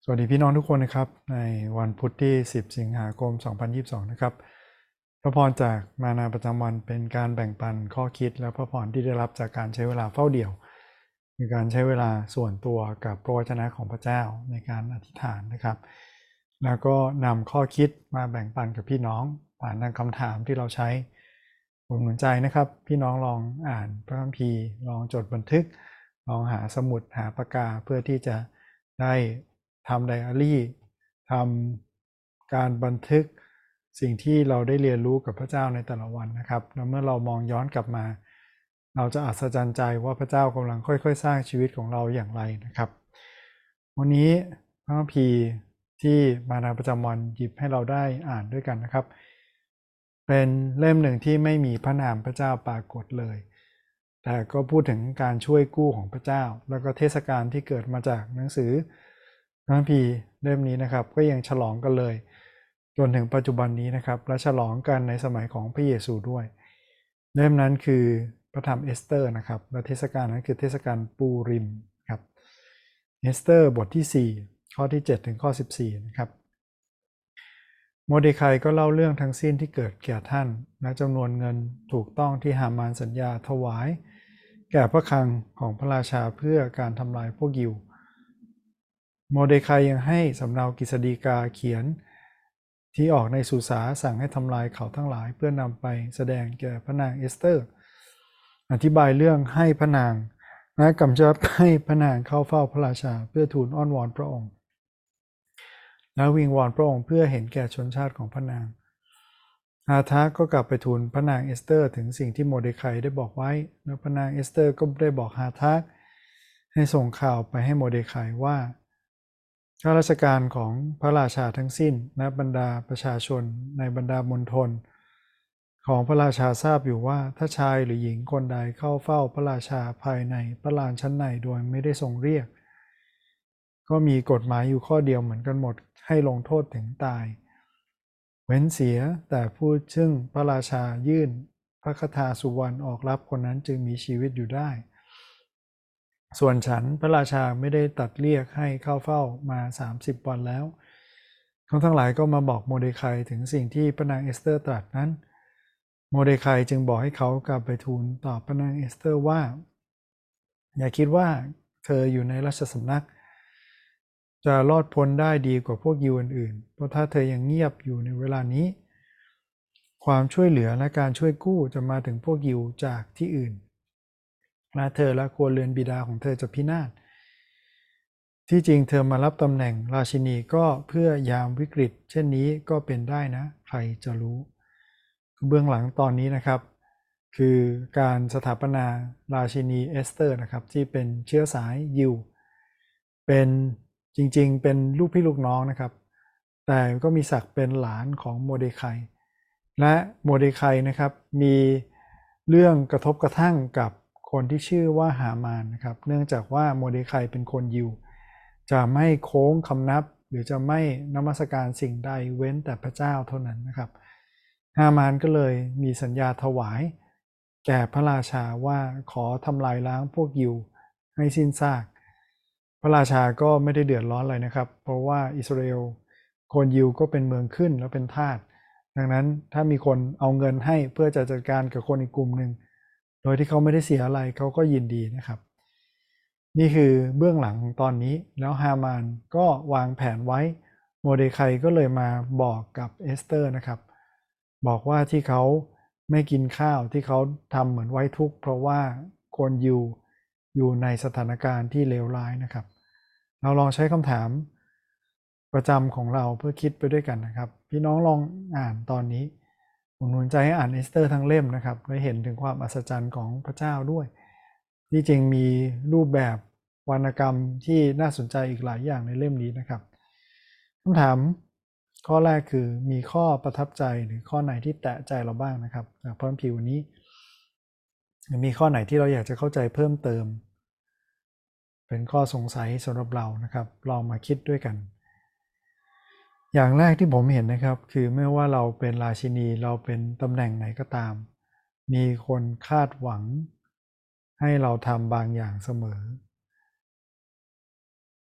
สวัสดีพี่น้องทุกคนนะครับในวันพุธที่10สิงหาคม2022นะครับพระพรจากมานาประจำวันเป็นการแบ่งปันข้อคิดและพระพรที่ได้รับจากการใช้เวลาเฝ้าเดี่ยวคือการใช้เวลาส่วนตัวกับพระวจนะของพระเจ้าในการอธิษฐานนะครับแล้วก็นำข้อคิดมาแบ่งปันกับพี่น้องผ่านทางคำถามที่เราใช้ผมหนุนใจนะครับพี่น้องลองอ่านพระคัมภีร์ลองจดบันทึกลองหาสมุดหาปากกาเพื่อที่จะได้ทำไดอารี่ทำการบันทึกสิ่งที่เราได้เรียนรู้กับพระเจ้าในแต่ละวันนะครับแล้วเมื่อเรามองย้อนกลับมาเราจะอัศจรรย์ใจว่าพระเจ้ากำลังค่อยๆสร้างชีวิตของเราอย่างไรนะครับวันนี้พระคัมภีร์ที่มานาประจำวันหยิบให้เราได้อ่านด้วยกันนะครับเป็นเล่มหนึ่งที่ไม่มีพระนามพระเจ้าปรากฏเลยแต่ก็พูดถึงการช่วยกู้ของพระเจ้าแล้วก็เทศกาลที่เกิดมาจากหนังสือพระคัมภีร์เล่มนี้นะครับก็ยังฉลองกันเลยจนถึงปัจจุบันนี้นะครับและฉลองกันในสมัยของพระเยซูด้วยเล่มนั้นคือพระธรรมเอสเตอร์นะครับและเทศกาลนั้นคือเทศกาลปูริมครับเอสเตอร์บทที่4ข้อที่7ถึงข้อ14นะครับโมเดคายก็เล่าเรื่องทั้งสิ้นที่เกิดแก่ท่านและจำนวนเงินถูกต้องที่ฮามานสัญญาถวายแก่พระคลังของพระราชาเพื่อการทำลายพวกยิวโมเดคายยังให้สำเนากฤษฎีกาเขียนที่ออกในสุสาสั่งให้ทำลายเขาทั้งหลายเพื่อนำไปแสดงแก่พระนางเอสเตอร์อธิบายเรื่องให้พระนางและกำชับให้พระนางเข้าเฝ้าพระราชาเพื่อทูลอ้อนวอนพระองค์และวิงวอนพระองค์เพื่อเห็นแก่ชนชาติของพระนางฮาทากก็กลับไปทูลพระนางเอสเตอร์ถึงสิ่งที่โมเดคายได้บอกไว้แล้วพระนางเอสเตอร์ก็ได้บอกฮาทากให้ส่งข่าวไปให้โมเดคายว่าข้าราชการของพระราชาทั้งสิ้นและบรรดาประชาชนในบรรดามณฑลของพระราชาทราบอยู่ว่าถ้าชายหรือหญิงคนใดเข้าเฝ้าพระราชาภายในพระลานชั้นในโดยไม่ได้ทรงเรียกก็มีกฎหมายอยู่ข้อเดียวเหมือนกันหมดให้ลงโทษถึงตายเว้นเสียแต่ผู้ซึ่งพระราชายื่นพระคทาสุวรรณออกรับคนนั้นจึงมีชีวิตอยู่ได้ส่วนฉันพระราชาไม่ได้ตัดเรียกให้เข้าเฝ้ามา30 วันแล้วเขาทั้งหลายก็มาบอกโมเดคายถึงสิ่งที่พระนางเอสเตอร์ตรัสนั้นโมเดคายจึงบอกให้เขากลับไปทูลตอบพระนางเอสเตอร์ว่าอย่าคิดว่าเธออยู่ในราชสำนักจะรอดพ้นได้ดีกว่าพวกยิวอื่นๆเพราะถ้าเธอยังเงียบอยู่ในเวลานี้ความช่วยเหลือและการช่วยกู้จะมาถึงพวกยิวจากที่อื่นและเธอและครัวเรือนบิดาของเธอจะพินาศที่จริงเธอมารับตำแหน่งราชินีก็เพื่อยามวิกฤตเช่นนี้ก็เป็นได้นะใครจะรู้เบื้องหลังตอนนี้นะครับคือการสถาปนาราชินีเอสเตอร์นะครับที่เป็นเชื้อสายยิวเป็นจริงๆเป็นลูกพี่ลูกน้องนะครับแต่ก็มีศักดิ์เป็นหลานของโมเดคายและโมเดคายนะครับมีเรื่องกระทบกระทั่งกับคนที่ชื่อว่าฮามานนะครับเนื่องจากว่าโมเดคายเป็นคนยิวจะไม่โค้งคำนับหรือจะไม่นมัสการสิ่งใดเว้นแต่พระเจ้าเท่านั้นนะครับฮามานก็เลยมีสัญญาถวายแก่พระราชาว่าขอทำลายล้างพวกยิวให้สิ้นซากพระราชาก็ไม่ได้เดือดร้อนอะไรนะครับเพราะว่าอิสราเอลคนยิวก็เป็นเมืองขึ้นแล้วเป็นทาสดังนั้นถ้ามีคนเอาเงินให้เพื่อจะจัดการกับคนอีกกลุ่มหนึ่งโดยที่เขาไม่ได้เสียอะไรเขาก็ยินดีนะครับนี่คือเบื้องหลังของตอนนี้แล้วฮามานก็วางแผนไว้โมเดคายก็เลยมาบอกกับเอสเตอร์นะครับบอกว่าที่เขาไม่กินข้าวที่เขาทำเหมือนไว้ทุกข์เพราะว่าคนยิวอยู่ในสถานการณ์ที่เลวร้ายนะครับเราลองใช้คำถามประจำของเราเพื่อคิดไปด้วยกันนะครับพี่น้องลองอ่านตอนนี้ผมหนุนใจให้อ่านเอสเตอร์ทั้งเล่มนะครับและเห็นถึงความอัศจรรย์ของพระเจ้าด้วยที่จริงมีรูปแบบวรรณกรรมที่น่าสนใจอีกหลายอย่างในเล่มนี้นะครับคำถามข้อแรกคือมีข้อประทับใจหรือข้อไหนที่แตะใจเราบ้างนะครับจากพระคัมภีร์วันนี้มีข้อไหนที่เราอยากจะเข้าใจเพิ่มเติมเป็นข้อสงสัยสำหรับเรานะครับลองมาคิดด้วยกันอย่างแรกที่ผมเห็นนะครับคือไม่ว่าเราเป็นราชินีเราเป็นตำแหน่งไหนก็ตามมีคนคาดหวังให้เราทำบางอย่างเสมอ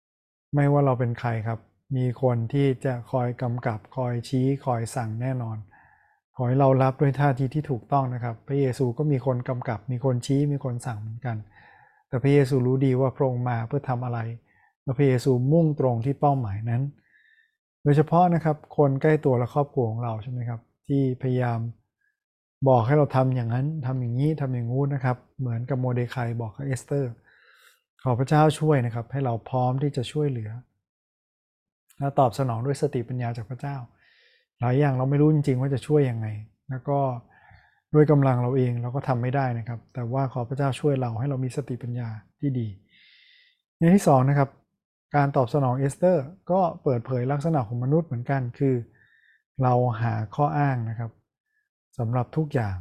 ไม่ว่าเราเป็นใครครับมีคนที่จะคอยกำกับคอยชี้คอยสั่งแน่นอนขอให้เรารับด้วยท่าทีที่ถูกต้องนะครับพระเยซูก็มีคนกำกับมีคนชี้มีคนสั่งเหมือนกันแต่พระเยซูรู้ดีว่าพระองค์มาเพื่อทำอะไรและพระเยซูมุ่งตรงที่เป้าหมายนั้นโดยเฉพาะนะครับคนใกล้ตัวและครอบครัวของเราใช่ไหมครับที่พยายามบอกให้เราทำอย่างนั้นทำอย่างนี้ทำอย่างงู้นนะครับเหมือนกับโมเดคายบอกกับเอสเตอร์ขอพระเจ้าช่วยนะครับให้เราพร้อมที่จะช่วยเหลือและตอบสนองด้วยสติปัญญาจากพระเจ้าหลายอย่างเราไม่รู้จริงๆว่าจะช่วยยังไงแล้วก็ด้วยกำลังเราเองเราก็ทำไม่ได้นะครับแต่ว่าขอพระเจ้าช่วยเราให้เรามีสติปัญญาที่ดีในที่สองนะครับการตอบสนองเอสเตอร์ก็เปิดเผยลักษณะของมนุษย์เหมือนกันคือเราหาข้ออ้างนะครับสำหรับทุกอย่าง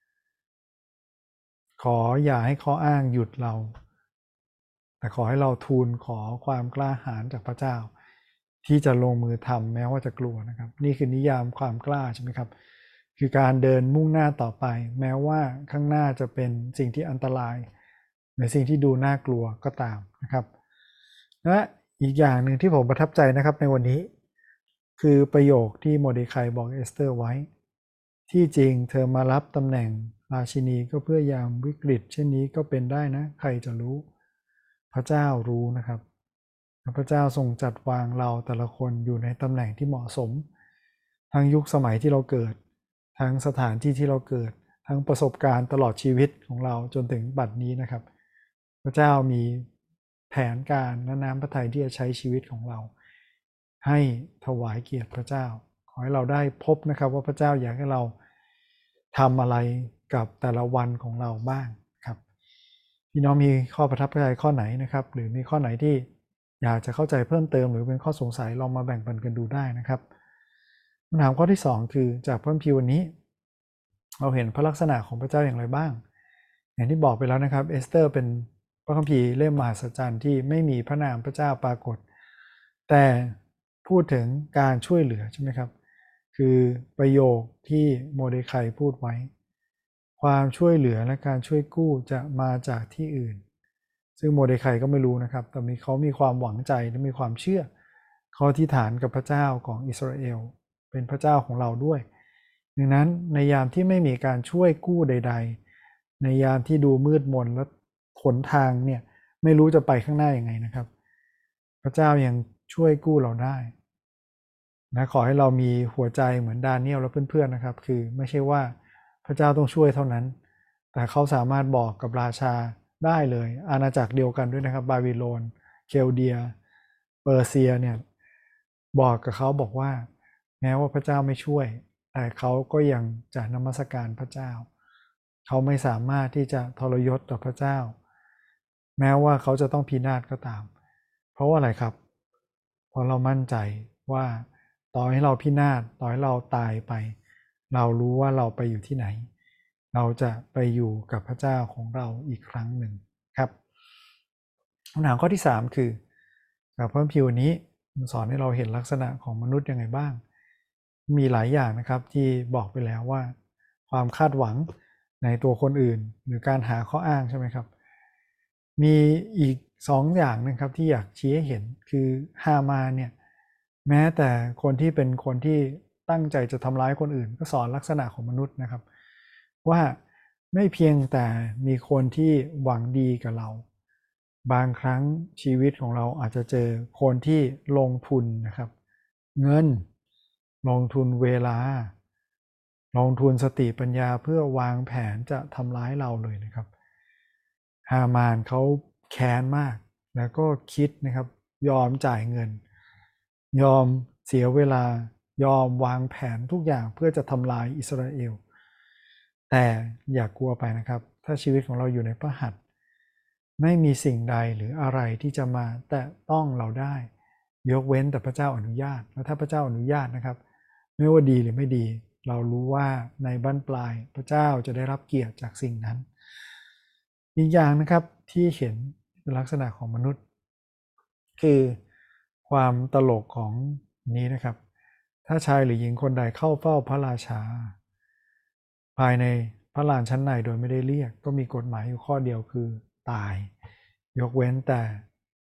ขออย่าให้ข้ออ้างหยุดเราแต่ขอให้เราทูลขอความกล้าหาญจากพระเจ้าที่จะลงมือทำแม้ว่าจะกลัวนะครับนี่คือนิยามความกล้าใช่ไหมครับคือการเดินมุ่งหน้าต่อไปแม้ว่าข้างหน้าจะเป็นสิ่งที่อันตรายหรือสิ่งที่ดูน่ากลัวก็ตามนะครับและอีกอย่างหนึ่งที่ผมประทับใจนะครับในวันนี้คือประโยคที่โมเดคายบอกเอสเตอร์ไว้ที่จริงเธอมารับตำแหน่งราชินีก็เพื่อยามวิกฤตเช่นนี้ก็เป็นได้นะใครจะรู้พระเจ้ารู้นะครับพระเจ้าทรงจัดวางเราแต่ละคนอยู่ในตำแหน่งที่เหมาะสมทั้งยุคสมัยที่เราเกิดทั้งสถานที่ที่เราเกิดทั้งประสบการณ์ตลอดชีวิตของเราจนถึงบัดนี้นะครับพระเจ้ามีแผนการและน้ำพระทัยที่จะใช้ชีวิตของเราให้ถวายเกียรติพระเจ้าขอให้เราได้พบนะครับว่าพระเจ้าอยากให้เราทำอะไรกับแต่ละวันของเราบ้างครับพี่น้องมีข้อประทับใจข้อไหนนะครับหรือมีข้อไหนที่อยากจะเข้าใจเพิ่มเติมหรือเป็นข้อสงสัยลองมาแบ่งปันกันดูได้นะครับคำถามข้อที่2คือจากพระคัมภีร์วันนี้เราเห็นพระลักษณะของพระเจ้าอย่างไรบ้างอย่างที่บอกไปแล้วนะครับเอสเตอร์เป็นพระคัมภีร์เล่มมหัศจรรย์ที่ไม่มีพระนามพระเจ้าปรากฏแต่พูดถึงการช่วยเหลือใช่ไหมครับคือประโยคที่โมเดคายพูดไว้ความช่วยเหลือและการช่วยกู้จะมาจากที่อื่นซึ่งโมเดคายก็ไม่รู้นะครับแต่เขามีความหวังใจและมีความเชื่อเขาอธิษฐานกับพระเจ้าของอิสราเอลเป็นพระเจ้าของเราด้วยดังนั้นในยามที่ไม่มีการช่วยกู้ใดๆในยามที่ดูมืดมนและหนทางเนี่ยไม่รู้จะไปข้างหน้ายังไงนะครับพระเจ้ายังช่วยกู้เราได้นะขอให้เรามีหัวใจเหมือนดาเนียลและเพื่อนๆนะครับคือไม่ใช่ว่าพระเจ้าต้องช่วยเท่านั้นแต่เขาสามารถบอกกับราชาได้เลยอาณาจักรเดียวกันด้วยนะครับบาบิโลนเคลเดียเปอร์เซียเนี่ยบอกกับเขาบอกว่าแม้ว่าพระเจ้าไม่ช่วยแต่เขาก็ยังจะนมัสการพระเจ้าเขาไม่สามารถที่จะทรยศต่อพระเจ้าแม้ว่าเขาจะต้องพินาศก็ตามเพราะว่าอะไรครับเพราะเรามั่นใจว่าต่อให้เราพินาศต่อให้เราตายไปเรารู้ว่าเราไปอยู่ที่ไหนเราจะไปอยู่กับพระเจ้าของเราอีกครั้งหนึ่งครับคำถามข้อที่3คือกับพระคัมภีร์นี้มันสอนให้เราเห็นลักษณะของมนุษย์ยังไงบ้างมีหลายอย่างนะครับที่บอกไปแล้วว่าความคาดหวังในตัวคนอื่นหรือการหาข้ออ้างใช่ไหมครับมีอีก2อย่างนะครับที่อยากชี้ให้เห็นคือฮามานเนี่ยแม้แต่คนที่เป็นคนที่ตั้งใจจะทำร้ายคนอื่นก็สอนลักษณะของมนุษย์นะครับว่าไม่เพียงแต่มีคนที่หวังดีกับเราบางครั้งชีวิตของเราอาจจะเจอคนที่ลงทุนนะครับเงินลงทุนเวลาลงทุนสติปัญญาเพื่อวางแผนจะทำร้ายเราเลยนะครับฮามานเขาแค้นมากแล้วก็คิดนะครับยอมจ่ายเงินยอมเสียเวลายอมวางแผนทุกอย่างเพื่อจะทำลายอิสราเอลแต่อย่ากลัวไปนะครับถ้าชีวิตของเราอยู่ในพระหัตถ์ไม่มีสิ่งใดหรืออะไรที่จะมาแตะต้องเราได้ยกเว้นแต่พระเจ้าอนุญาตแล้วถ้าพระเจ้าอนุญาตนะครับไม่ว่าดีหรือไม่ดีเรารู้ว่าในบั้นปลายพระเจ้าจะได้รับเกียรติจากสิ่งนั้นอีกอย่างนะครับที่เห็นลักษณะของมนุษย์คือความตลกของนี้นะครับถ้าชายหรือหญิงคนใดเข้าเฝ้าพระราชาภายในพระลานชั้นในโดยไม่ได้เรียกก็มีกฎหมายอยู่ข้อเดียวคือตายยกเว้นแต่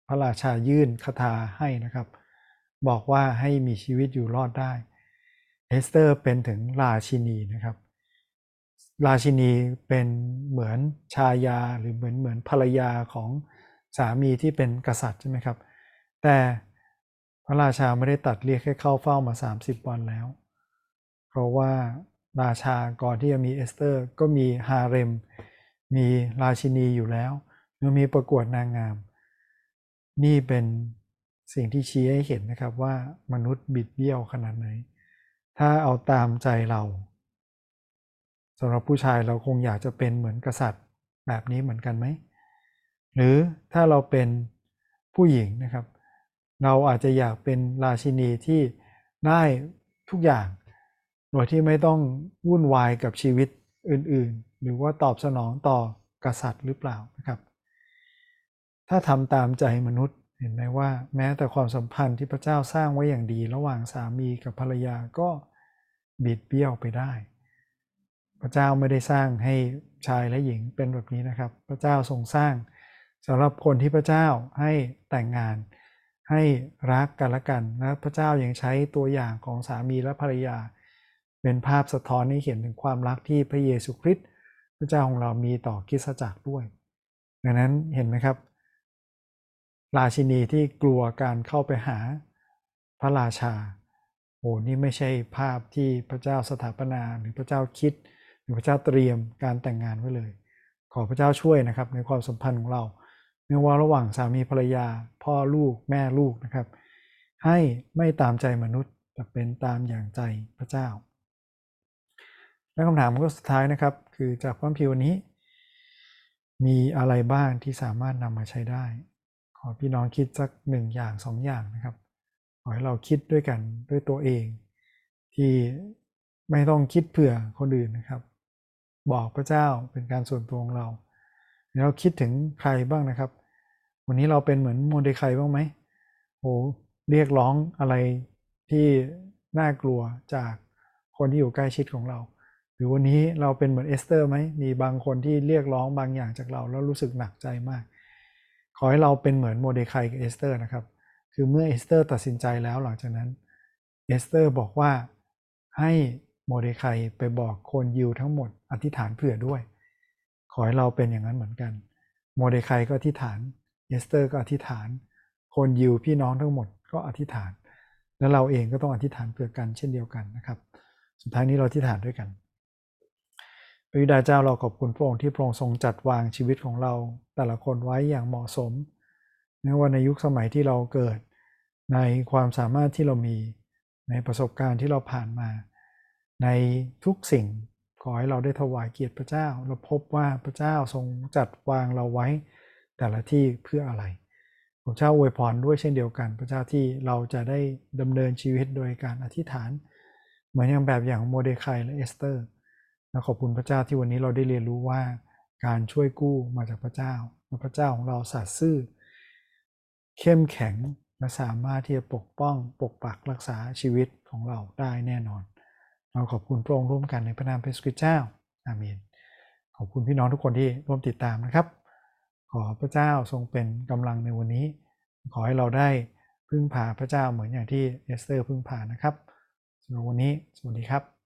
พระราชายื่นคาถาให้นะครับ บอกว่าให้มีชีวิตอยู่รอดได้เอสเตอร์เป็นถึงราชินีนะครับราชินีเป็นเหมือนชายาหรือเหมือนภรรยาของสามีที่เป็นกษัตริย์ใช่ไหมครับแต่พระราชาไม่ได้ตัดเรียกให้เข้าเฝ้ามา30 วันแล้วเพราะว่าราชาก่อนที่จะมีเอสเตอร์ก็มีฮาเร็มมีราชินีอยู่แล้วมีประกวดนางงามนี่เป็นสิ่งที่ชี้ให้เห็นนะครับว่ามนุษย์บิดเบี้ยวขนาดไหนถ้าเอาตามใจเราสำหรับผู้ชายเราคงอยากจะเป็นเหมือนกษัตริย์แบบนี้เหมือนกันไหมหรือถ้าเราเป็นผู้หญิงนะครับเราอาจจะอยากเป็นราชินีที่ได้ทุกอย่างโดยที่ไม่ต้องวุ่นวายกับชีวิตอื่นๆหรือว่าตอบสนองต่อกษัตริย์หรือเปล่านะครับถ้าทำตามใจมนุษย์เห็นไหมว่าแม้แต่ความสัมพันธ์ที่พระเจ้าสร้างไว้อย่างดีระหว่างสามีกับภรรยาก็บิดเบี้ยวไปได้พระเจ้าไม่ได้สร้างให้ชายและหญิงเป็นแบบนี้นะครับพระเจ้าทรงสร้างสำหรับคนที่พระเจ้าให้แต่งงานให้รักกันและกันและพระเจ้ายังใช้ตัวอย่างของสามีและภรรยาเป็นภาพสะท้อนให้เห็นถึงความรักที่พระเยซูคริสต์พระเจ้าของเรามีต่อคริสตจักรด้วยดังนั้นเห็นไหมครับราชินีที่กลัวการเข้าไปหาพระราชาโอ้นี่ไม่ใช่ภาพที่พระเจ้าสถาปนาหรือพระเจ้าคิดหรือพระเจ้าเตรียมการแต่งงานไว้เลยขอพระเจ้าช่วยนะครับในความสัมพันธ์ของเราไม่ว่าระหว่างสามีภรรยาพ่อลูกแม่ลูกนะครับให้ไม่ตามใจมนุษย์แต่เป็นตามอย่างใจพระเจ้าและคำถามก็สุดท้ายนะครับคือจากพระคัมภีร์วันนี้มีอะไรบ้างที่สามารถนำมาใช้ได้ขอพี่น้องคิดสัก1 อย่าง 2 อย่างนะครับขอให้เราคิดด้วยกันด้วยตัวเองที่ไม่ต้องคิดเผื่อคนอื่นนะครับบอกพระเจ้าเป็นการส่วนตัวของเราเราคิดถึงใครบ้างนะครับวันนี้เราเป็นเหมือนโมเดคายบ้างไหมโอ้เรียกร้องอะไรที่น่ากลัวจากคนที่อยู่ใกล้ชิดของเราหรือวันนี้เราเป็นเหมือนเอสเตอร์ไหมมีบางคนที่เรียกร้องบางอย่างจากเราแล้วรู้สึกหนักใจมากขอให้เราเป็นเหมือนโมเดคายกับเอสเตอร์นะครับคือเมื่อเอสเตอร์ตัดสินใจแล้วหลังจากนั้นเอสเตอร์บอกว่าให้โมเดคายไปบอกคนยิวทั้งหมดอธิษฐานเผื่อด้วยขอให้เราเป็นอย่างนั้นเหมือนกันโมเดคายก็อธิษฐานเอสเตอร์ก็อธิษฐานคนยิวพี่น้องทั้งหมดก็อธิษฐานแล้วเราเองก็ต้องอธิษฐานเผื่อกันเช่นเดียวกันนะครับสุดท้ายนี้เราอธิษฐานด้วยกันพระบิดาเจ้าเราขอบคุณพระองค์ที่พระองค์ทรงจัดวางชีวิตของเราแต่ละคนไว้อย่างเหมาะสมไม่ว่าในยุคสมัยที่เราเกิดในความสามารถที่เรามีในประสบการณ์ที่เราผ่านมาในทุกสิ่งขอให้เราได้ถวายเกียรติพระเจ้าเราพบว่าพระเจ้าทรงจัดวางเราไว้แต่ละที่เพื่ออะไรพระเจ้าอวยพรด้วยเช่นเดียวกันพระเจ้าที่เราจะได้ดำเนินชีวิตโดยการอธิษฐานเหมือนอย่างแบบอย่างโมเดคายและเอสเตอร์และขอบคุณพระเจ้าที่วันนี้เราได้เรียนรู้ว่าการช่วยกู้มาจากพระเจ้าและพระเจ้าของเราสัตย์ซื่อเข้มแข็งและสามารถที่จะปกป้องปกปักรักษาชีวิตของเราได้แน่นอนเราขอบคุณพระองค์ร่วมกันในพระนามพระเยซูคริสต์เจ้าอาเมนขอบคุณพี่น้องทุกคนที่ร่วมติดตามนะครับขอพระเจ้าทรงเป็นกำลังในวันนี้ขอให้เราได้พึ่งพาพระเจ้าเหมือนอย่างที่เอสเตอร์พึ่งพานะครับสำหรับวันนี้สวัสดีครับ